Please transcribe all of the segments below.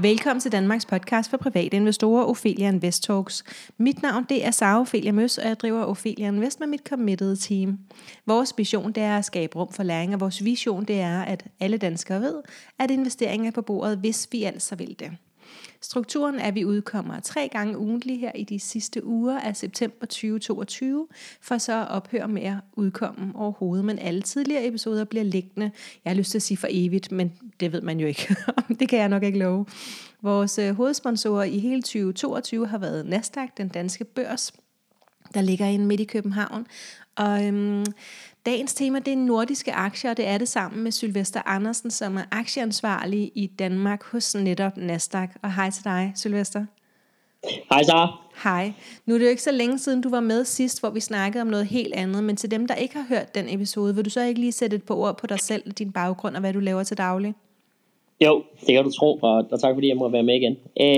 Velkommen til Danmarks podcast for private investorer, Ophelia Invest Talks. Mit navn det er Sara Ophelia Møs, og jeg driver Ophelia Invest med mit committed team. Vores mission det er at skabe rum for læring, og vores vision det er, at alle danskere ved, at investering er på bordet, hvis vi altså vil det. Strukturen er, at vi udkommer 3 gange ugentlig her i de sidste uger af september 2022, for så at ophøre med at udkomme overhovedet. Men alle tidligere episoder bliver liggende. Jeg har lyst til at sige for evigt, men det ved man jo ikke. Det kan jeg nok ikke love. Vores hovedsponsorer i hele 2022 har været Nasdaq, den danske børs, der ligger inde midt i København. Og dagens tema det er nordiske aktier, og det er det sammen med Sylvester Andersen, som er aktieansvarlig i Danmark hos netop Nasdaq. Og hej til dig, Sylvester. Hej Sara. Hej. Nu er det jo ikke så længe siden, du var med sidst, hvor vi snakkede om noget helt andet, men til dem, der ikke har hørt den episode, vil du så ikke lige sætte et par ord på dig selv, din baggrund og hvad du laver til daglig? Jo, det kan du tro, og tak fordi jeg må være med igen.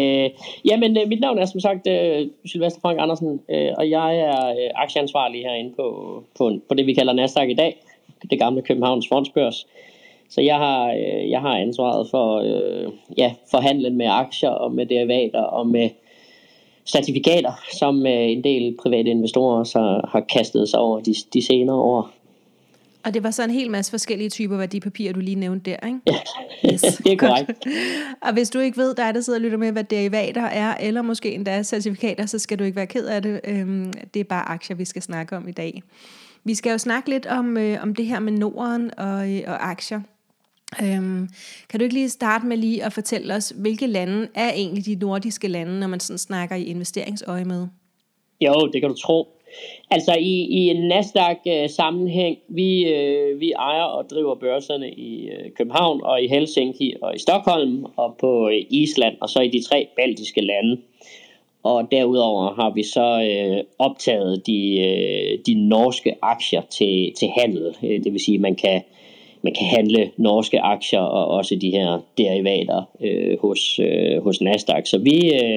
Mit navn er som sagt Sylvester Frank Andersen, og jeg er aktieansvarlig herinde på det, vi kalder Nasdaq i dag, det gamle Københavns Fondsbørs. Så jeg har ansvaret for forhandlen med aktier og med derivater og med certifikater, som en del private investorer så har kastet sig over de senere år. Og det var så en hel masse forskellige typer værdipapirer, du lige nævnte der, ikke? Ja, yes. Det er korrekt. Og hvis du ikke ved, der sidder og lytter med, hvad derivater er, eller måske endda certifikater, så skal du ikke være ked af det. Det er bare aktier, vi skal snakke om i dag. Vi skal jo snakke lidt om det her med Norden og aktier. Kan du ikke lige starte med lige at fortælle os, hvilke lande er egentlig de nordiske lande, når man sådan snakker i investeringsøje med? Jo, det kan du tro. Altså i en Nasdaq-sammenhæng, vi ejer og driver børserne i København og i Helsinki og i Stockholm og på Island og så i de 3 baltiske lande. Og derudover har vi så optaget de norske aktier til handel. Det vil sige, man kan handle norske aktier og også de her derivater hos Nasdaq. Så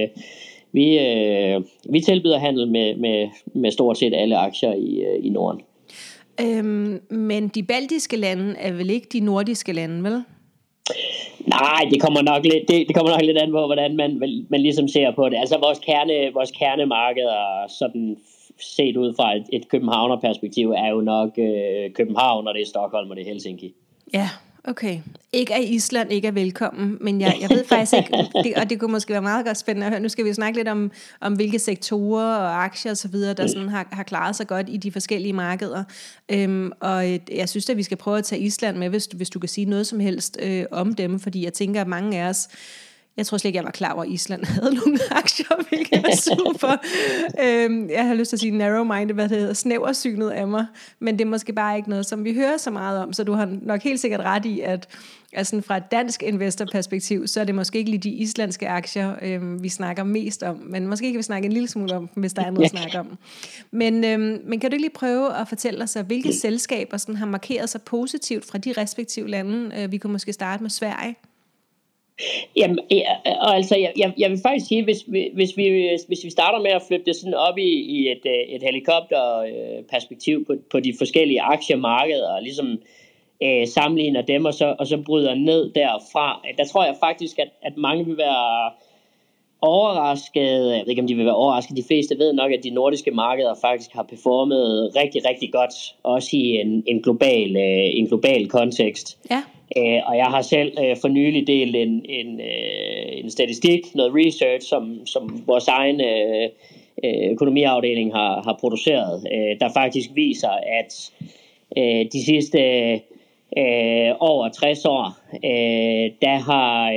vi tilbyder handel med stort set alle aktier i Norden. Men de baltiske lande er vel ikke de nordiske lande, vel? Nej, det kommer nok lidt an på, hvordan man ligesom ser på det. Altså vores kernemarkeder, sådan set ud fra et københavnerperspektiv, er jo nok København, og det er Stockholm, og det er Helsinki. Ja, okay. Ikke at Island ikke er velkommen, men jeg ved faktisk ikke, og det kunne måske være meget godt spændende at høre. Nu skal vi snakke lidt om hvilke sektorer og aktier og så videre, der sådan har klaret sig godt i de forskellige markeder. Og jeg synes at vi skal prøve at tage Island med, hvis du kan sige noget som helst om dem, fordi jeg tænker, at mange af os, jeg tror slet ikke, jeg var klar over, at Island havde nogle aktier, hvilket var super. Jeg har lyst til at sige narrow-minded, hvad det hedder, snæversynet af mig. Men det er måske bare ikke noget, som vi hører så meget om. Så du har nok helt sikkert ret i, at altså fra et dansk investorperspektiv, så er det måske ikke lige de islandske aktier, vi snakker mest om. Men måske kan vi snakke en lille smule om dem, hvis der er noget at snakke om. Men kan du ikke lige prøve at fortælle os, hvilke selskaber sådan har markeret sig positivt fra de respektive lande? Vi kunne måske starte med Sverige. Jamen, altså, jeg vil faktisk sige, hvis vi starter med at flytte det sådan op i et helikopterperspektiv på de forskellige aktiemarkeder, og ligesom sammenligner dem, og så bryder ned derfra, der tror jeg faktisk, at mange vil være overrasket. Jeg ved ikke, om de vil være overrasket. De fleste ved nok, at de nordiske markeder faktisk har performet rigtig, rigtig godt, også i en global kontekst. Ja. Og jeg har selv for nylig delt en statistik, noget research, som vores egen økonomiafdeling har produceret, der faktisk viser, at de sidste over 60 år, der har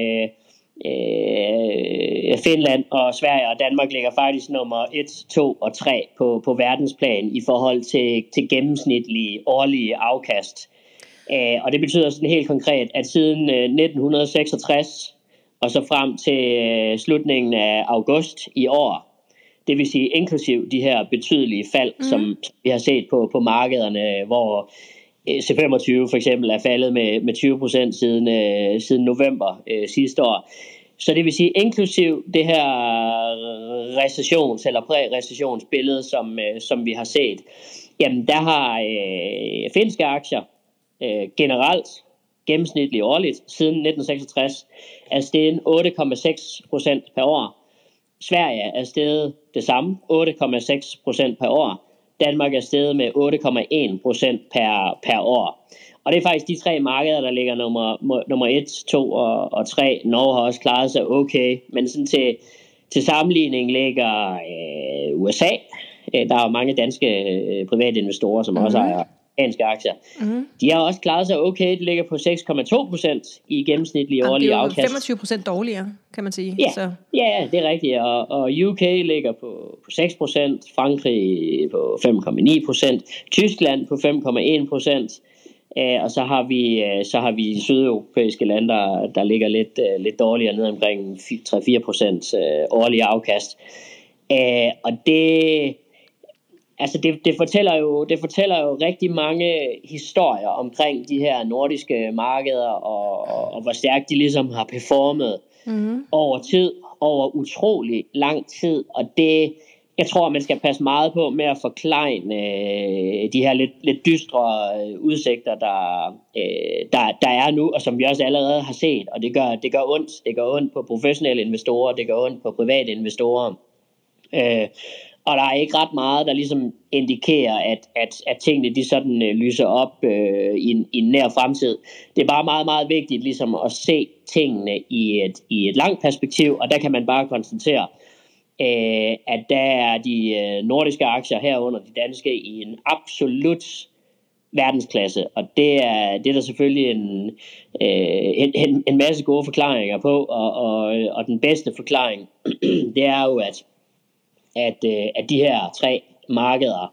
Finland og Sverige og Danmark ligger faktisk nummer 1, 2 og 3 på verdensplan i forhold til gennemsnitlige årlige afkast. Og det betyder sådan helt konkret, at siden 1966 og så frem til slutningen af august i år, det vil sige inklusiv de her betydelige fald, som vi har set på markederne, hvor C25 for eksempel er faldet med 20% siden november sidste år. Så det vil sige inklusiv det her recessions- eller præ-recessionsbillede, som vi har set, jamen der har finske aktier gennemsnitligt årligt siden 1966 er steget 8,6% per år. Sverige er steget det samme, 8,6% per år. Danmark er steget med 8,1% per år. Og det er faktisk de 3 markeder, der ligger nummer 1, 2 og 3. Norge har også klaret sig okay, men sådan til sammenligning ligger USA. Der er jo mange danske private investorer, som også ejer amerikanske aktier. De har også klaret sig okay. Det ligger på 6,2% i gennemsnitlige årlige afkast. Det er jo 25% dårligere, kan man sige. Ja, så. Ja, det er rigtigt. Og UK ligger på 6%, Frankrig på 5,9%, Tyskland på 5,1%. Og så har vi sydeuropæiske lande, der ligger lidt dårligere, ned omkring 3-4% årlige afkast. Og det fortæller jo rigtig mange historier omkring de her nordiske markeder, og hvor stærkt de ligesom har performet over tid, over utrolig lang tid. Og det, jeg tror, man skal passe meget på med at forklejne de her lidt dystre udsigter, der er nu, og som vi også allerede har set. Og det gør ondt. Det gør ondt på professionelle investorer, det gør ondt på private investorer. Og der er ikke ret meget, der ligesom indikerer, at tingene de sådan lyser op i en nær fremtid. Det er bare meget, meget vigtigt ligesom at se tingene i et langt perspektiv, og der kan man bare konstatere, at der er de nordiske aktier herunder de danske i en absolut verdensklasse, og det er der selvfølgelig en masse gode forklaringer på, og den bedste forklaring, det er jo, at de her 3 markeder,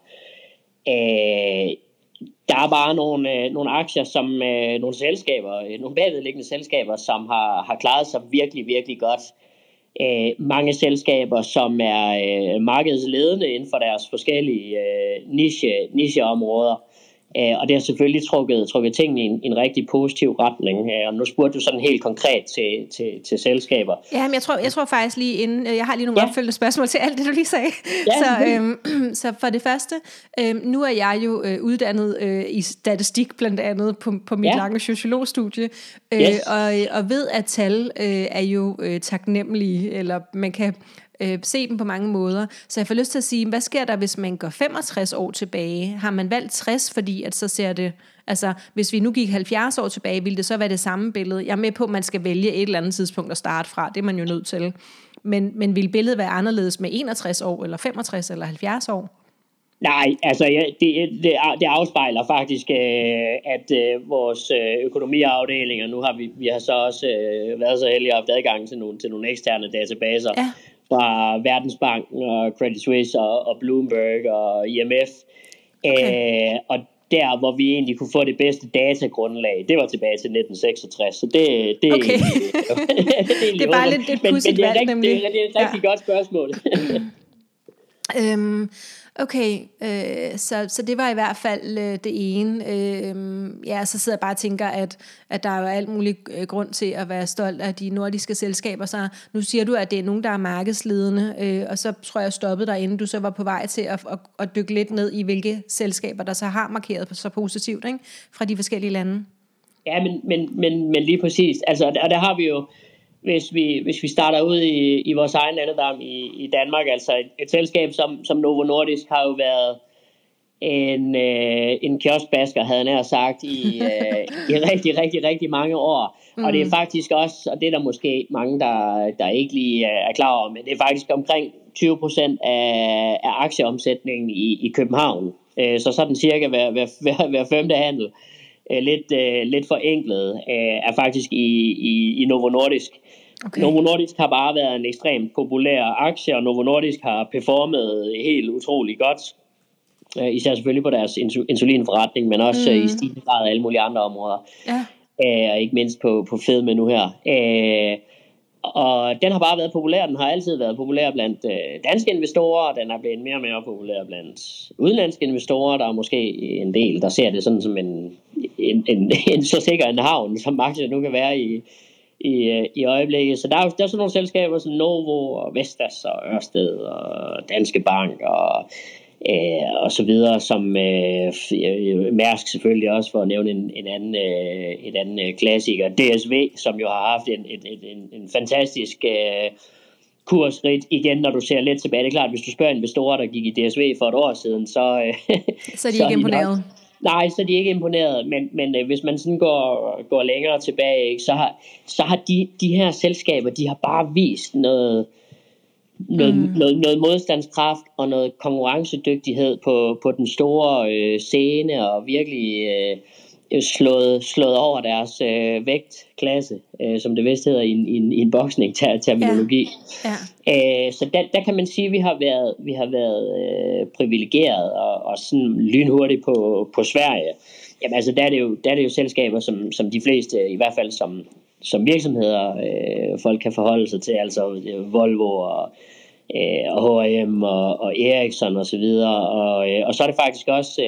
der er bare nogle aktier, som nogle selskaber, nogle bagvedliggende selskaber, som har klaret sig virkelig, virkelig godt. Mange selskaber, som er markedsledende inden for deres forskellige nicheområder. Og det har selvfølgelig trukket tingene i en rigtig positiv retning. Og nu spurgte du sådan helt konkret til selskaber. Ja, men jeg tror faktisk lige inden, jeg har lige nogle opfølgende spørgsmål til alt det, du lige sagde. Ja. Så for det første, nu er jeg jo uddannet i statistik blandt andet på mit lange sociologstudie, og ved at tal er jo taknemmelige, eller man kan se dem på mange måder. Så jeg får lyst til at sige, hvad sker der, hvis man går 65 år tilbage? Har man valgt 60, fordi at så ser det, altså hvis vi nu gik 70 år tilbage, ville det så være det samme billede? Jeg er med på, at man skal vælge et eller andet tidspunkt at starte fra, det er man jo nødt til. Men vil billedet være anderledes med 61 år, eller 65, eller 70 år? Nej, altså det afspejler faktisk, at vores økonomiafdelinger, nu har vi har så også været så heldige at have adgang til nogle eksterne databaser, fra Verdensbanken og Credit Suisse og Bloomberg og IMF. Okay. Og der, hvor vi egentlig kunne få det bedste datagrundlag, det var tilbage til 1966. Så det okay. Det er bare lidt pudsigt valg, nemlig. Det er et rigtig godt spørgsmål. Okay, så det var i hvert fald det ene. Så sidder jeg bare og tænker, at der er jo alt mulig grund til at være stolt af de nordiske selskaber. Så nu siger du, at det er nogen, der er markedsledende, og så tror jeg stoppede dig, inden du så var på vej til at dykke lidt ned i, hvilke selskaber, der så har markeret så positivt, ikke? Fra de forskellige lande. Ja, men lige præcis. Altså, og der har vi jo, hvis vi starter ud i vores egen andedam i Danmark, altså et selskab som Novo Nordisk har jo været en kioskbasker, havde jeg nær sagt, i rigtig, rigtig, rigtig mange år. Og det er faktisk også, og det er der måske mange, der ikke lige er klar over, men det er faktisk omkring 20% af aktieomsætningen i København. Så sådan cirka hver femte handel, lidt forenklet, er faktisk i Novo Nordisk. Okay. Novo Nordisk har bare været en ekstremt populær aktie, og Novo Nordisk har performet helt utroligt godt. Især selvfølgelig på deres insulinforretning, men også i stigende grad af alle mulige andre områder. Ja. Ikke mindst på fedme nu her. Og den har bare været populær. Den har altid været populær blandt danske investorer, og den er blevet mere og mere populær blandt udenlandske investorer. Der er måske en del, der ser det sådan som en så sikker en havn, som aktien nu kan være i øjeblikket. Så der er sådan nogle selskaber som Novo og Vestas og Ørsted og Danske Bank og og så videre, som Mærsk selvfølgelig også, for at nævne et andet klassiker. DSV, som jo har haft en fantastisk kursrit. Igen, når du ser lidt tilbage, det er klart, hvis du spørger investorer, der gik i DSV for et år siden, så er de ikke imponeret. Nej, så er de ikke imponeret, men hvis man sådan går længere tilbage, ikke, så har de her selskaber, de har bare vist noget modstandskraft og noget konkurrencedygtighed på den store scene, og virkelig slået over deres vægtklasse, som det vist hedder i en boksning-terminologi. Ja. Så der kan man sige, at vi har været privilegeret og sådan lynhurtigt på Sverige. Jamen altså, der er det jo selskaber, som de fleste, i hvert fald som virksomheder, folk kan forholde sig til, altså Volvo og H&M og Ericsson og så videre, og så er det faktisk også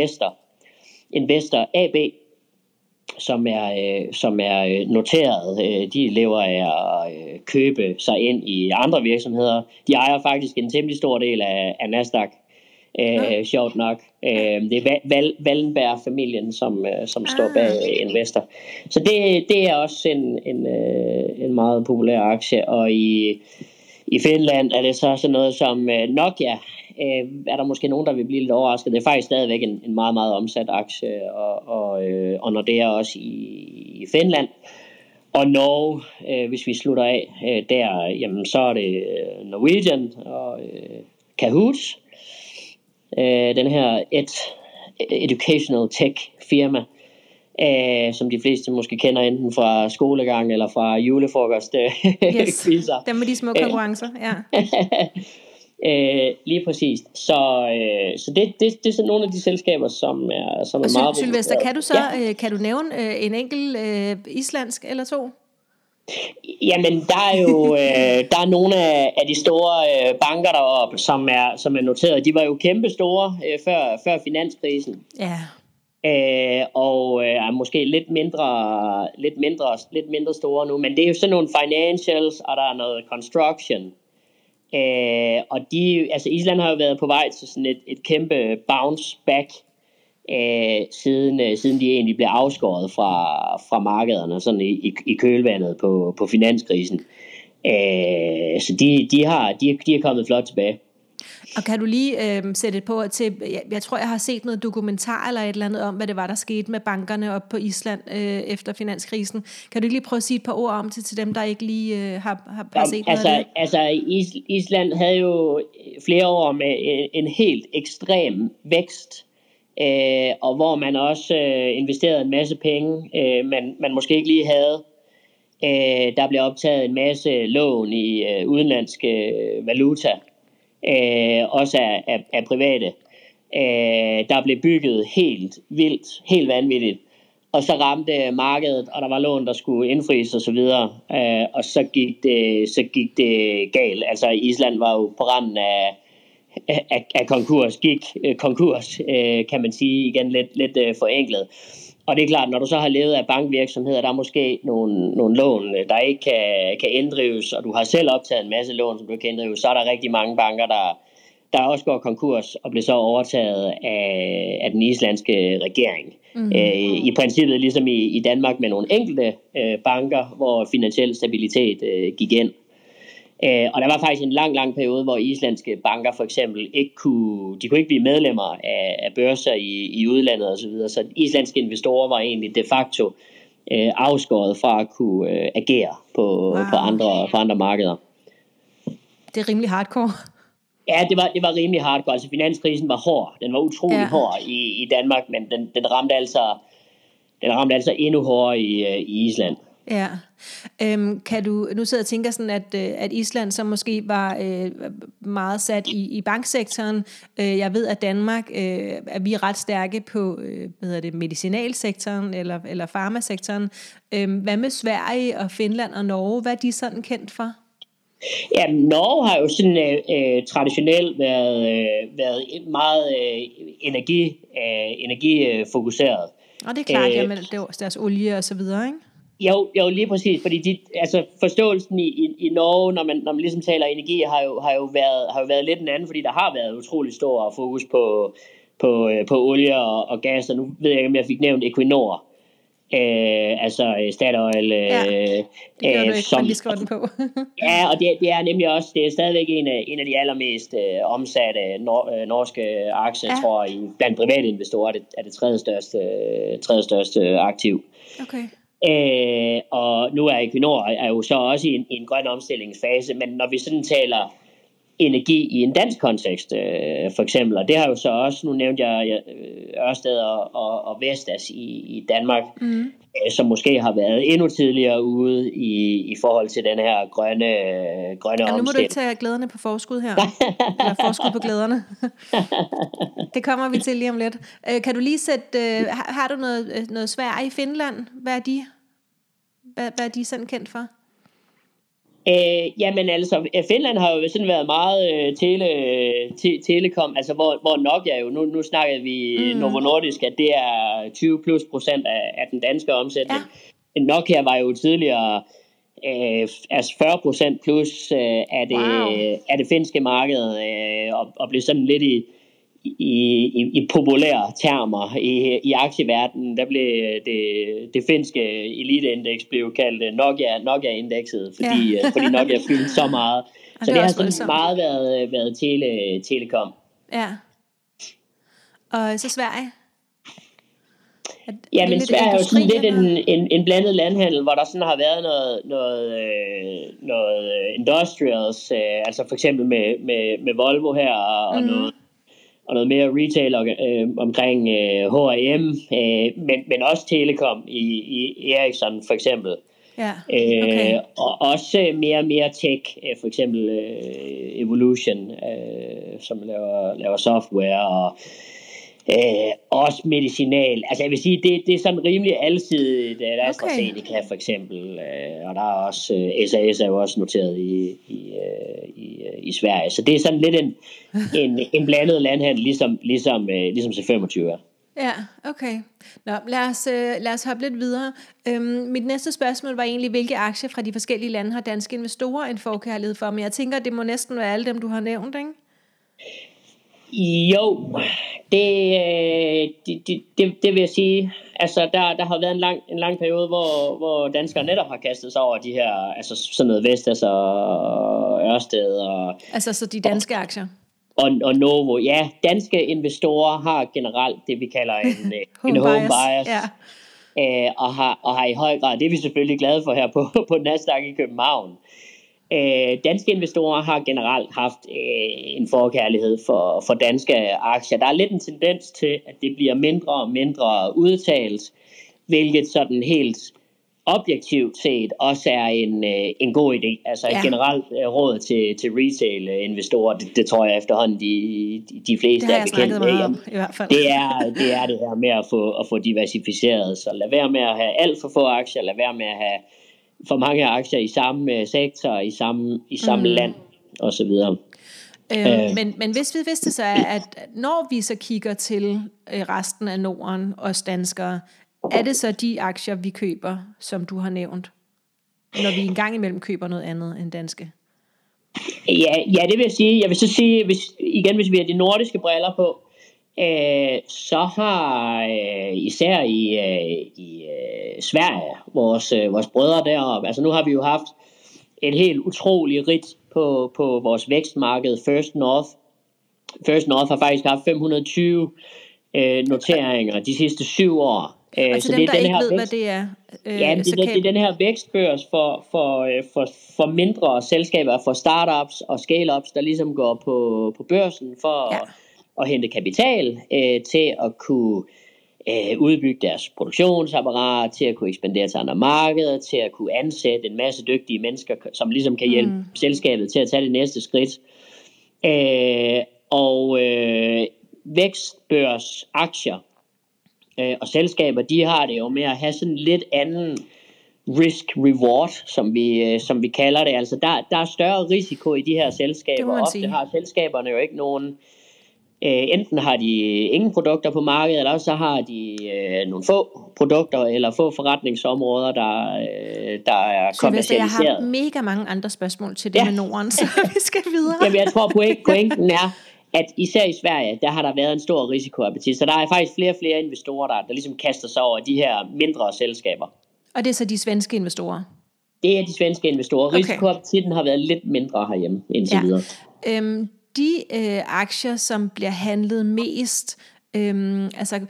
Investor AB, som er noteret. De lever af at købe sig ind i andre virksomheder. De ejer faktisk en temmelig stor del af Nasdaq. Sjovt nok. Det er Wallenberg-familien, som står bag Investor. Så det er også en meget populær aktie. Og i Finland er det så sådan noget som Nokia. Er der måske nogen, der vil blive lidt overrasket. Det er faktisk stadigvæk en meget, meget omsat aktie, og når det er også i Finland. Og Norge, hvis vi slutter af der, jamen så er det Norwegian og Kahoot. Den her educational tech firma, som de fleste måske kender enten fra skolegang eller fra julefrokost. Yes, dem med de små konkurrencer, ja. Lige præcis. Så det er sådan nogle af de selskaber, som er meget... Sylvester, kan du nævne en enkelt islandsk eller to? Jamen, der er nogle af de store banker deroppe, som er noteret. De var jo kæmpe store før finanskrisen. Ja. Og er måske lidt mindre store nu, men det er jo sådan nogle financials, og der er noget construction. Og Island har jo været på vej til sådan et kæmpe bounce back, siden de egentlig blev afskåret fra markederne sådan i kølvandet på finanskrisen. Så de er kommet flot tilbage. Og kan du lige sætte et på til, jeg tror jeg har set noget dokumentar eller et eller andet om, hvad det var, der skete med bankerne op på Island efter finanskrisen. Kan du lige prøve at sige et par ord om det til dem, der ikke lige har set noget af det? Altså Island havde jo flere år med en helt ekstrem vækst, og hvor man også investerede en masse penge, man måske ikke lige havde. Der blev optaget en masse lån i udenlandske valuta, også af private. Der blev bygget helt vildt, helt vanvittigt, og så ramte markedet, og der var lån, der skulle indfries og så videre, og så gik det galt. Altså Island var jo på randen af konkurs, kan man sige, igen lidt forenklet. Og det er klart, når du så har levet af bankvirksomheder, der er måske nogle lån, der ikke kan inddrives, og du har selv optaget en masse lån, som du kan inddrive, så er der rigtig mange banker, der også går konkurs og bliver så overtaget af den islandske regering. I princippet ligesom i Danmark med nogle enkelte banker, hvor finansiel stabilitet gik ind. Og der var faktisk en lang periode, hvor islandske banker for eksempel ikke kunne blive medlemmer af børser i udlandet og så videre. Så islandske investorer var egentlig de facto afskåret fra at kunne agere på andre markeder. Det er rimelig hardcore. Ja, det var rimelig hardcore. Altså finanskrisen var hård. Den var utrolig hård i Danmark, men den ramte altså endnu hårdere i Island. Ja. Kan du nu sidde og tænke sådan, at Island så måske var meget sat i banksektoren. Jeg ved, at Danmark er vi ret stærke på medicinalsektoren eller farmasektoren. Hvad med Sverige og Finland og Norge? Hvad er de sådan kendt for? Ja, Norge har jo sådan traditionelt været meget energifokuseret. Og det er klart, jamen, det er deres olie og så videre, ikke? Jo, lige præcis, fordi altså forståelsen i Norge, når man ligesom taler energi, har jo været lidt en anden, fordi der har været utrolig stor fokus på olie og gas, og nu ved jeg ikke, om jeg fik nævnt Equinor, altså Statoil, Ja, det gør du ikke, som, men vi skriver den på. ja, og det er nemlig også, det er stadigvæk en af de allermest omsatte norske aktier, Ja. tror jeg, blandt private investorer er det tredje største aktiv. Okay. Og nu er Equinor er jo så også i en grøn omstillingsfase, men når vi sådan taler energi i en dansk kontekst, for eksempel, og det har jo så også, nu nævnte jeg Ørsted og Vestas i Danmark, som måske har været endnu tidligere ude i forhold til den her grønne omstilling. Nu må du ikke tage glæderne på forskud her. Eller forskud på glæderne. Det kommer vi til lige om lidt. Kan du lige sætte, har du noget Sverige i Finland? Hvad er de sådan kendt for? Jamen altså, Finland har jo sådan været meget telekom, altså hvor Nokia jo, nu snakkede vi Novo Nordisk, at det er 20+% af den danske omsætning. Ja. Nokia var jo tidligere altså 40% plus af det finske marked, og blev sådan lidt i populære termer i aktieverdenen, der blev det finske eliteindeks blev kaldt Nokia-indekset, fordi Nokia fyldte så meget. Så det har sådan meget været telekom. Ja. Og så Sverige? Men Sverige er jo sådan lidt en blandet landhandel, hvor der sådan har været noget industrials, altså for eksempel med Volvo her og noget mere retail omkring H&M, men også telekom i Ericsson for eksempel. Ja, okay. Og også mere og mere tech, for eksempel Evolution, som laver software, og også medicinal. Altså jeg vil sige, det er sådan rimelig alsidigt. Der er AstraZeneca for eksempel, og der er også SAS er jo også noteret i Sverige. Så det er sådan lidt en blandet landhandel, ligesom C25 er. Ja, okay. Nå, lad os hoppe lidt videre. Mit næste spørgsmål var egentlig, hvilke aktier fra de forskellige lande har danske investorer en forkærlighed for? Men jeg tænker, det må næsten være alle dem, du har nævnt, ikke? Jo, det vil jeg sige. Altså der har været en lang periode, hvor danskere netop har kastet sig over de her, altså sådan noget Vestas og Ørsted og altså så de danske aktier. Og Novo. Ja, danske investorer har generelt det vi kalder en home bias. Ja. Og har i høj grad, det er vi selvfølgelig glade for her på Nasdaq i København. Danske investorer har generelt haft en forkærlighed for danske aktier. Der er lidt en tendens til, at det bliver mindre og mindre udtalt, hvilket sådan helt objektivt set også er en god idé. Altså et generelt råd til retail-investorer, det tror jeg efterhånden de fleste er bekendt med. I hvert fald. Det er det her med at få diversificeret. Så lad være med at have alt for få aktier, lad være med at have for mange aktier i samme sektor, i samme land og så videre. Men hvis vi vidste så, at når vi så kigger til resten af Norden, os danskere, er det så de aktier, vi køber, som du har nævnt, når vi engang imellem køber noget andet end danske? Ja, det vil jeg sige. Jeg vil så sige, hvis vi har de nordiske briller på, så har især i Sverige, vores brødre deroppe, altså nu har vi jo haft et helt utroligt ridt på vores vækstmarked, First North. First North har faktisk haft 520 noteringer de sidste 7 år. Og til dem, der ikke ved, hvad det er. Det er den her vækstbørs for mindre selskaber, for startups og scale-ups, der ligesom går på børsen for at hente kapital til at kunne udbygge deres produktionsapparat, til at kunne ekspandere til andre markeder, til at kunne ansætte en masse dygtige mennesker, som ligesom kan hjælpe selskabet til at tage det næste skridt. Og vækstbørsaktier og selskaber, de har det jo med at have sådan lidt anden risk-reward, som vi kalder det. Altså der er større risiko i de her selskaber. Ofte har selskaberne jo ikke nogen Enten har de ingen produkter på markedet, eller også så har de nogle få produkter eller få forretningsområder, der er kommercialiseret. Jeg har mega mange andre spørgsmål til det med Norden, så vi skal videre. Jamen, jeg tror, pointen er, at især i Sverige, der har der været en stor risikoappetit. Så der er faktisk flere og flere investorer, der ligesom kaster sig over de her mindre selskaber. Og det er så de svenske investorer? Det er de svenske investorer. Okay. Risikoappetitten har været lidt mindre herhjemme indtil videre. De aktier, som bliver handlet mest, altså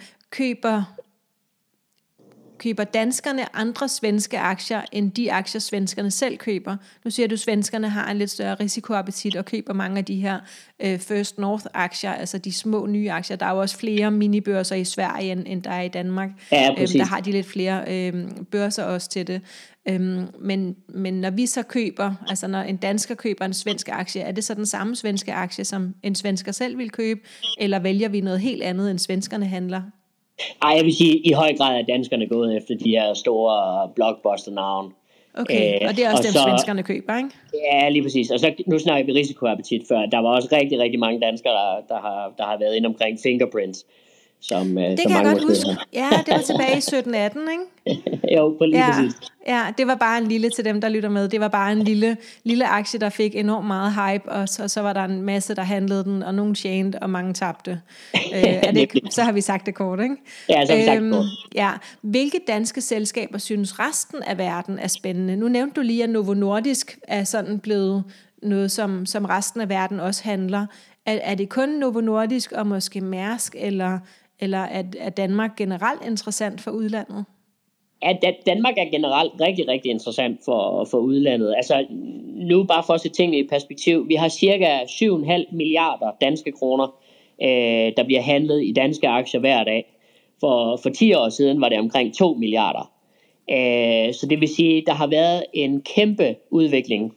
køber danskerne andre svenske aktier, end de aktier, svenskerne selv køber? Nu siger du, at svenskerne har en lidt større risikoappetit og køber mange af de her First North-aktier, altså de små nye aktier. Der er jo også flere minibørser i Sverige, end der er i Danmark. Ja, der har de lidt flere børser også til det. Men når vi så køber, altså når en dansker køber en svensk aktie, er det så den samme svenske aktie, som en svensker selv vil købe, eller vælger vi noget helt andet, end svenskerne handler? Ej, jeg vil sige, i høj grad er danskerne gået efter de her store blockbuster-navn. Okay, og det er også dem, svenskerne køber, ikke? Ja, lige præcis. Og så nu snakker vi risikoappetit før. Der var også rigtig, rigtig mange danskere, der har været inde omkring Fingerprints. Det kan jeg godt huske. Ja, det var tilbage i 17-18, ikke? Jo, lige præcis. Ja, det var bare en lille, til dem, der lytter med, det var bare en lille aktie, der fik enormt meget hype, og så var der en masse, der handlede den, og nogen tjente, og mange tabte. Så har vi sagt det kort, ikke? Ja, så har vi sagt det kort. Ja. Hvilke danske selskaber synes resten af verden er spændende? Nu nævnte du lige, at Novo Nordisk er sådan blevet noget, som resten af verden også handler. Er det kun Novo Nordisk og måske Mærsk, eller er Danmark generelt interessant for udlandet? Ja, Danmark er generelt rigtig, rigtig interessant for udlandet. Altså nu bare for at se tingene i perspektiv. Vi har cirka 7,5 milliarder danske kroner, der bliver handlet i danske aktier hver dag. For 10 år siden var det omkring 2 milliarder. Så det vil sige, der har været en kæmpe udvikling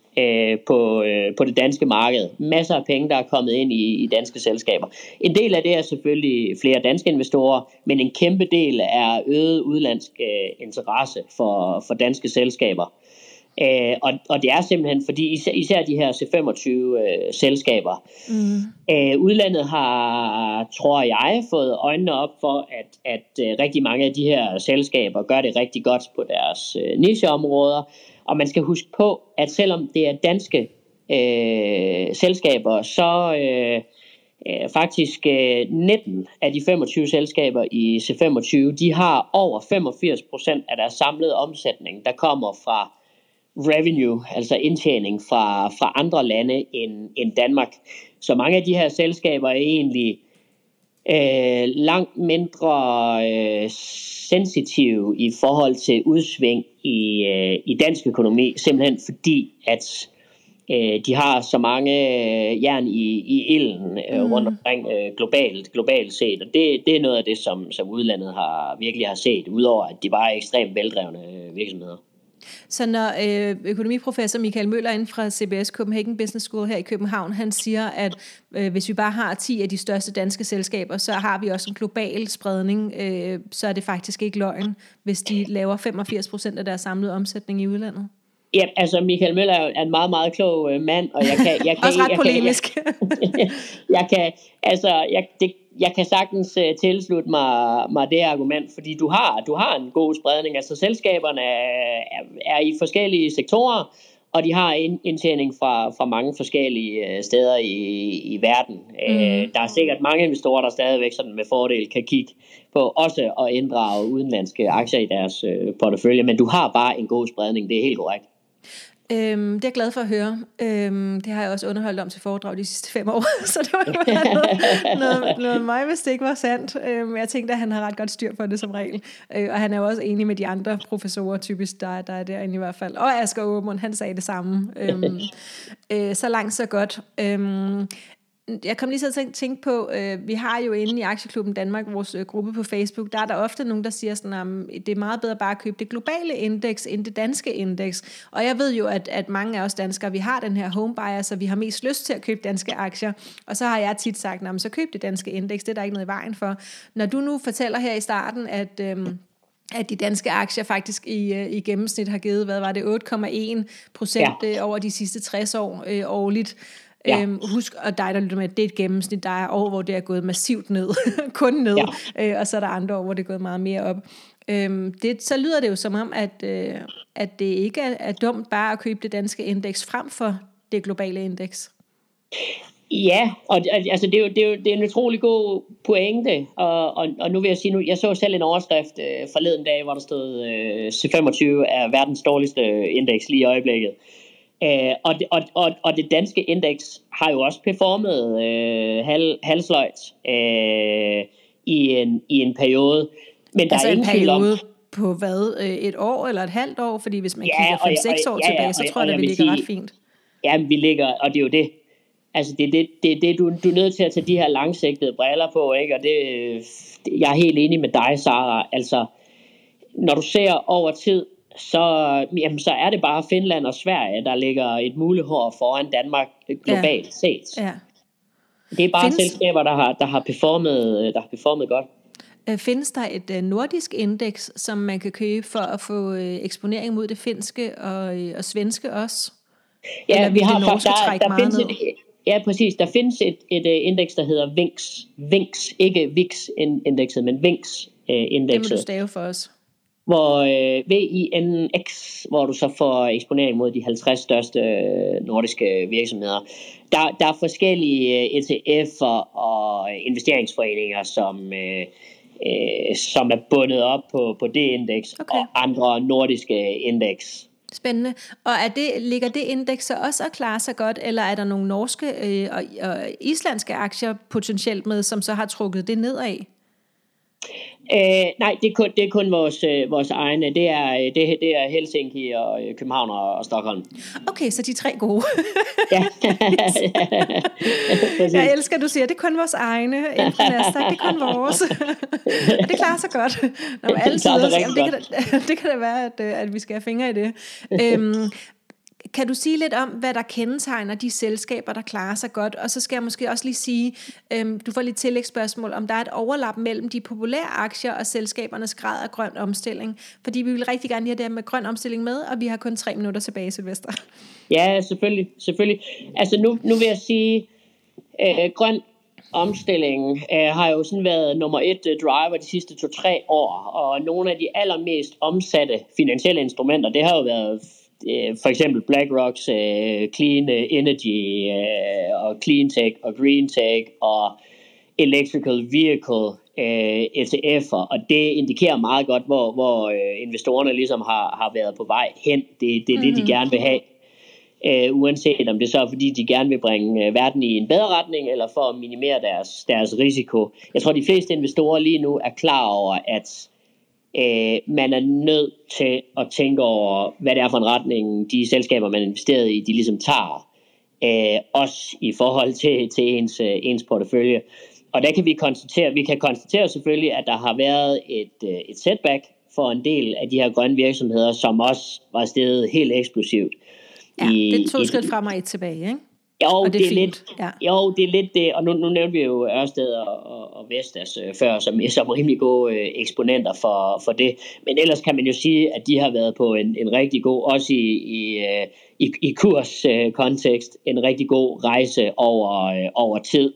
på det danske marked. Masser af penge, der er kommet ind i danske selskaber. En del af det er selvfølgelig flere danske investorer, men en kæmpe del er øget udenlandsk interesse for danske selskaber. Og det er simpelthen fordi især de her C25 selskaber. Udlandet har, tror jeg, fået øjnene op for, at rigtig mange af de her selskaber gør det rigtig godt på deres nicheområder. Og man skal huske på, at selvom det er danske selskaber, så faktisk 19 af de 25 selskaber i C25, de har over 85% af deres samlede omsætning, der kommer fra revenue, altså indtjening fra andre lande end Danmark. Så mange af de her selskaber er egentlig langt mindre sensitive i forhold til udsving i dansk økonomi, simpelthen fordi at de har så mange jern i ilden rundt omkring globalt set, og det er noget af det, som udlandet virkelig har set, udover at de bare er ekstremt veldrevne virksomheder. Så når økonomiprofessor Michael Møller inden fra CBS Copenhagen Business School her i København, han siger, at hvis vi bare har 10 af de største danske selskaber, så har vi også en global spredning, så er det faktisk ikke løgn, hvis de laver 85% af deres samlede omsætning i udlandet. Ja, altså Michael Møller er en meget, meget klog mand, og jeg kan også ret polemisk. Jeg kan sagtens tilslutte mig det argument, fordi du har en god spredning. Altså selskaberne er i forskellige sektorer, og de har indtjening fra mange forskellige steder i verden. Der er sikkert mange investorer, der stadigvæk sådan med fordel kan kigge på også at inddrage udenlandske aktier i deres portefølje, men du har bare en god spredning, det er helt korrekt. Det er jeg glad for at høre. Det har jeg også underholdt om til foredrag de sidste 5 år, så det var noget mig, hvis det ikke var sandt. Jeg tænkte, at han har ret godt styr på det som regel. Og han er jo også enig med de andre professorer, typisk, der er derinde i hvert fald. Og Asger Aamund, han sagde det samme. Så langt, så godt. Jeg kom lige til at tænke på, vi har jo inde i Aktieklubben Danmark, vores gruppe på Facebook, der er der ofte nogen, der siger sådan, at det er meget bedre bare at købe det globale indeks end det danske indeks. Og jeg ved jo, at mange af os danskere, vi har den her home bias, så vi har mest lyst til at købe danske aktier. Og så har jeg tit sagt, så køb det danske indeks, det er der ikke noget i vejen for. Når du nu fortæller her i starten, at de danske aktier faktisk i gennemsnit har givet, hvad var det, 8,1% over de sidste 60 år årligt. Ja. Husk, og dig, der lytter med, det er et gennemsnit. Der er år, hvor det er gået massivt ned, kun ned, og så er der andre år, hvor det er gået meget mere op. Så lyder det jo som om, at det ikke er dumt bare at købe det danske indeks frem for det globale indeks. Ja, og altså det er en utrolig god pointe, og nu vil jeg sige, jeg så selv en overskrift forleden dag, hvor der stod C25 er verdens dårligste indeks lige i øjeblikket. Og det danske indeks har jo også performet halvsløjt i en periode. Men der altså er ingen tvivl om på hvad? Et år eller et halvt år? Fordi hvis man kigger 5-6 år tilbage, så tror jeg, at vi ligger ret fint. Ja, vi ligger, og det er jo det. Altså det er det, du er nødt til at tage de her langsigtede briller på, ikke? Og jeg er helt enig med dig, Sara. Altså, når du ser over tid, så er det bare Finland og Sverige, der ligger et mulehår foran Danmark globalt set. Ja. Det er bare selskaber, der har performet godt. Findes der et nordisk indeks, som man kan købe for at få eksponering mod det finske og svenske også? Ja, eller vi har der findes ned? Ja, præcis. Der findes et indeks, der hedder VINX, ikke VIX-indekset, men VINX-indekset. Det må du stave for os. Hvor VINX, hvor du så får eksponering mod de 50 største nordiske virksomheder. Der er forskellige ETF'er og investeringsforeninger, som er bundet op på det indeks, og andre nordiske indeks. Spændende. Og ligger det indeks så også og klarer sig godt, eller er der nogle norske og islandske aktier potentielt med, som så har trukket det nedad? Nej, det er kun vores egne. Det er Helsinki og København og Stockholm. Okay, så de 3 gode. Ja. Jeg elsker, at du siger, det er kun vores egne. Inden for Nasdaq, det er kun vores. Det klarer sig godt. Når alle det kan da være, at vi skal have fingre i det. Kan du sige lidt om, hvad der kendetegner de selskaber, der klarer sig godt? Og så skal jeg måske også lige sige, du får lidt tillægsspørgsmål, om der er et overlap mellem de populære aktier og selskabernes grad af grøn omstilling. Fordi vi vil rigtig gerne have det her med grøn omstilling med, og vi har kun 3 minutter tilbage, Sylvester. Ja, selvfølgelig. Altså nu vil jeg sige, grøn omstilling har jo sådan været nummer 1 driver de sidste 2-3 år, og nogle af de allermest omsatte finansielle instrumenter, det har jo været for eksempel BlackRocks Clean Energy og Clean Tech og Green Tech og Electrical Vehicle ETF'er, og det indikerer meget godt, hvor investorerne ligesom har været på vej hen. Det er det, de gerne vil have, uanset om det så er, fordi de gerne vil bringe verden i en bedre retning, eller for at minimere deres risiko. Jeg tror, de fleste investorer lige nu er klar over, at man er nødt til at tænke over, hvad det er for en retning, de selskaber, man investerer i, de ligesom tager, også i forhold til ens portefølje. Og der kan vi konstatere selvfølgelig, at der har været et setback for en del af de her grønne virksomheder, som også var steget helt eksplosivt. Ja, det er 2 skridt frem og 1 tilbage, ikke? Jo, det er lidt, det er lidt det, og nu nævnte vi jo Ørsted og Vestas før, som rimelig gode eksponenter for det. Men ellers kan man jo sige, at de har været på en rigtig god, også i kurskontekst, en rigtig god rejse over tid.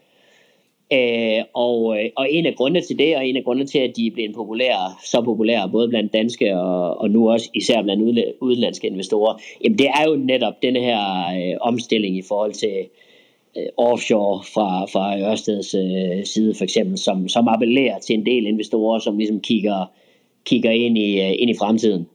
Og en af grundene til det, og en af grundene til, at de er blevet så populære, både blandt danske og nu også især blandt udenlandske investorer, jamen det er jo netop denne her omstilling i forhold til offshore fra Ørsteds side for eksempel, som appellerer til en del investorer, som ligesom kigger ind i fremtiden.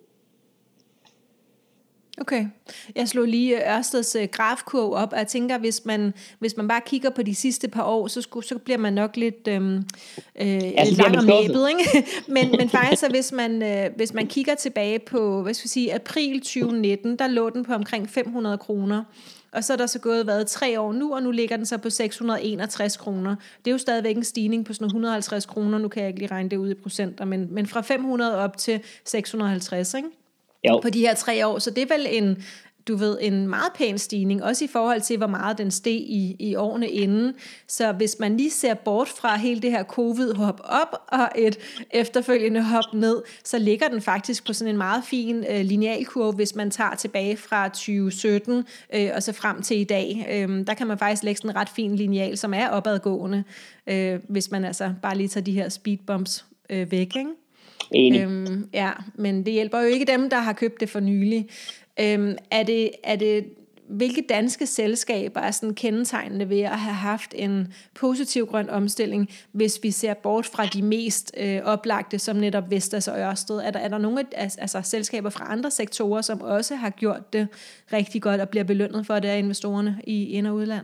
Okay, jeg slog lige Ørsteds grafkurve op, og jeg tænker, hvis man bare kigger på de sidste par år, så bliver man nok lidt lang om næbet, ikke? Men faktisk, hvis man kigger tilbage på, april 2019, der lå den på omkring 500 kroner, og så er der så været 3 år nu, og nu ligger den så på 661 kroner. Det er jo stadigvæk en stigning på sådan 150 kroner, nu kan jeg ikke lige regne det ud i procenter, men fra 500 op til 650, ikke? Jo. På de her 3 år, så det er vel en meget pæn stigning, også i forhold til, hvor meget den steg i årene inden. Så hvis man lige ser bort fra hele det her covid-hop op og et efterfølgende hop ned, så ligger den faktisk på sådan en meget fin linealkurve, hvis man tager tilbage fra 2017 og så frem til i dag. Der kan man faktisk lægge sådan en ret fin lineal, som er opadgående, hvis man altså bare lige tager de her speedbumps væk, ikke? Ja, men det hjælper jo ikke dem, der har købt det for nylig. Er det hvilke danske selskaber er sådan kendetegnende ved at have haft en positiv grøn omstilling, hvis vi ser bort fra de mest oplagte, som netop Vestas og Ørsted? Er der nogle altså selskaber fra andre sektorer, som også har gjort det rigtig godt og bliver belønnet for det af investorerne i ind- og udland?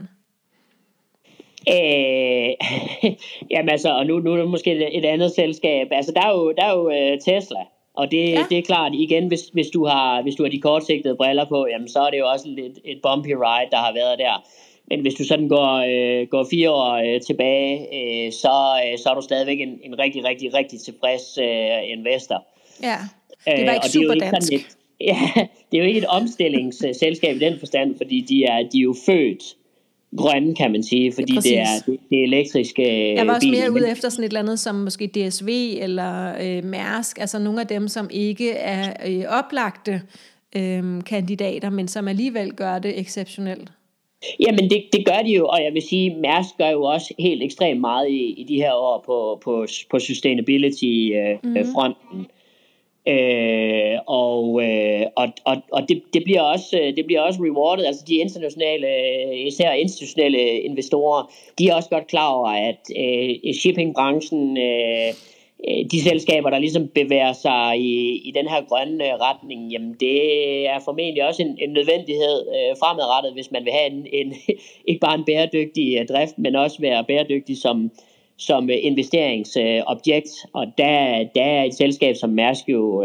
Jamen altså, og nu er det måske et andet selskab. Altså, der er jo Tesla. Og det er klart, igen, hvis du har de kortsigtede briller på, jamen så er det jo også et bumpy ride, der har været der. Men hvis du sådan går 4 år tilbage, så er du stadigvæk en rigtig, rigtig, rigtig tilfreds investor. Ja, det var ikke super dansk. Det er jo ikke et omstillingsselskab i den forstand, fordi de er jo født grønne, kan man sige, fordi det er elektriske Jeg var også biler. mere ude efter sådan et eller andet som måske DSV eller Mærsk, altså nogle af dem, som ikke er oplagte kandidater, men som alligevel gør det exceptionelt. Jamen det gør de jo, og jeg vil sige, Mærsk gør jo også helt ekstremt meget i de her år på sustainability-fronten. Og det bliver også rewarded. Altså de internationale, især institutionelle investorer, de er også godt klar over, at shippingbranchen, de selskaber, der ligesom bevæger sig i den her grønne retning, jamen det er formentlig også en nødvendighed fremadrettet, hvis man vil have en ikke bare en bæredygtig drift, men også være bæredygtig som investeringsobjekt, og der er et selskab som Mærsk jo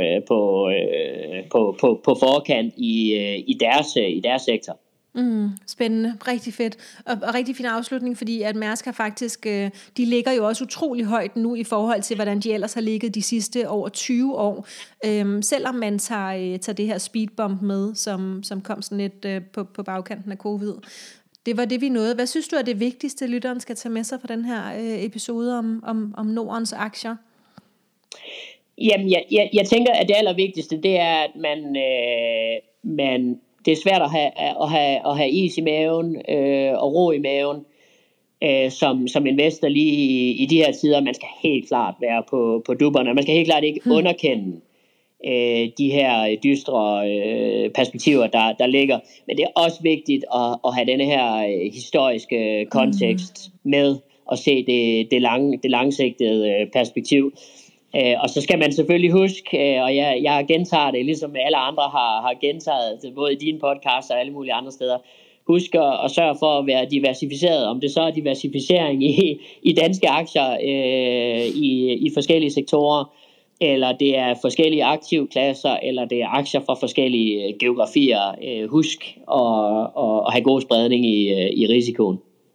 på forkant i deres sektor. Spændende, rigtig fedt og rigtig fin afslutning, fordi at Mærsk har faktisk, de ligger jo også utrolig højt nu i forhold til, hvordan de ellers har ligget de sidste over 20 år, selvom man tager det her speedbump med, som kom sådan lidt på bagkanten af covid. Det var det, vi nåede. Hvad synes du er det vigtigste, lytteren skal tage med sig fra den her episode om Nordens aktier? Jamen, jeg tænker, at det allervigtigste, det er, at man det er svært at have is i maven og ro i maven som investor lige i de her tider. Man skal helt klart være på dupperne. Man skal helt klart ikke underkende de her dystre perspektiver, der ligger. Men det er også vigtigt at have denne her historiske kontekst med og se det langsigtede perspektiv. Og så skal man selvfølgelig huske, og jeg gentager det, ligesom alle andre har gentaget det, både i dine podcasts og alle mulige andre steder, husk at sørge for at være diversificeret, om det så er diversificering i danske aktier i forskellige sektorer, eller det er forskellige aktivklasser, eller det er aktier fra forskellige geografier. Husk at have god spredning i risikoen.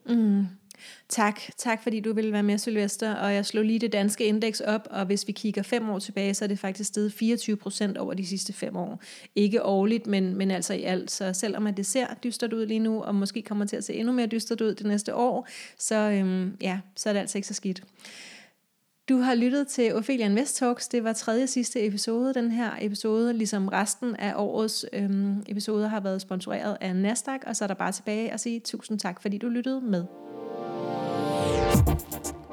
Tak fordi du ville være med, Sylvester, og jeg slog lige det danske indeks op, og hvis vi kigger 5 år tilbage, så er det faktisk steget 24% over de sidste 5 år. Ikke årligt, men altså i alt, så selvom at det ser dystert ud lige nu, og måske kommer til at se endnu mere dystert ud det næste år, så er det altså ikke så skidt. Du har lyttet til Ophelia Invest Talks. Det var 3. sidste episode. Den her episode, ligesom resten af årets episoder, har været sponsoreret af Nasdaq, og så er der bare tilbage at sige tusind tak, fordi du lyttede med.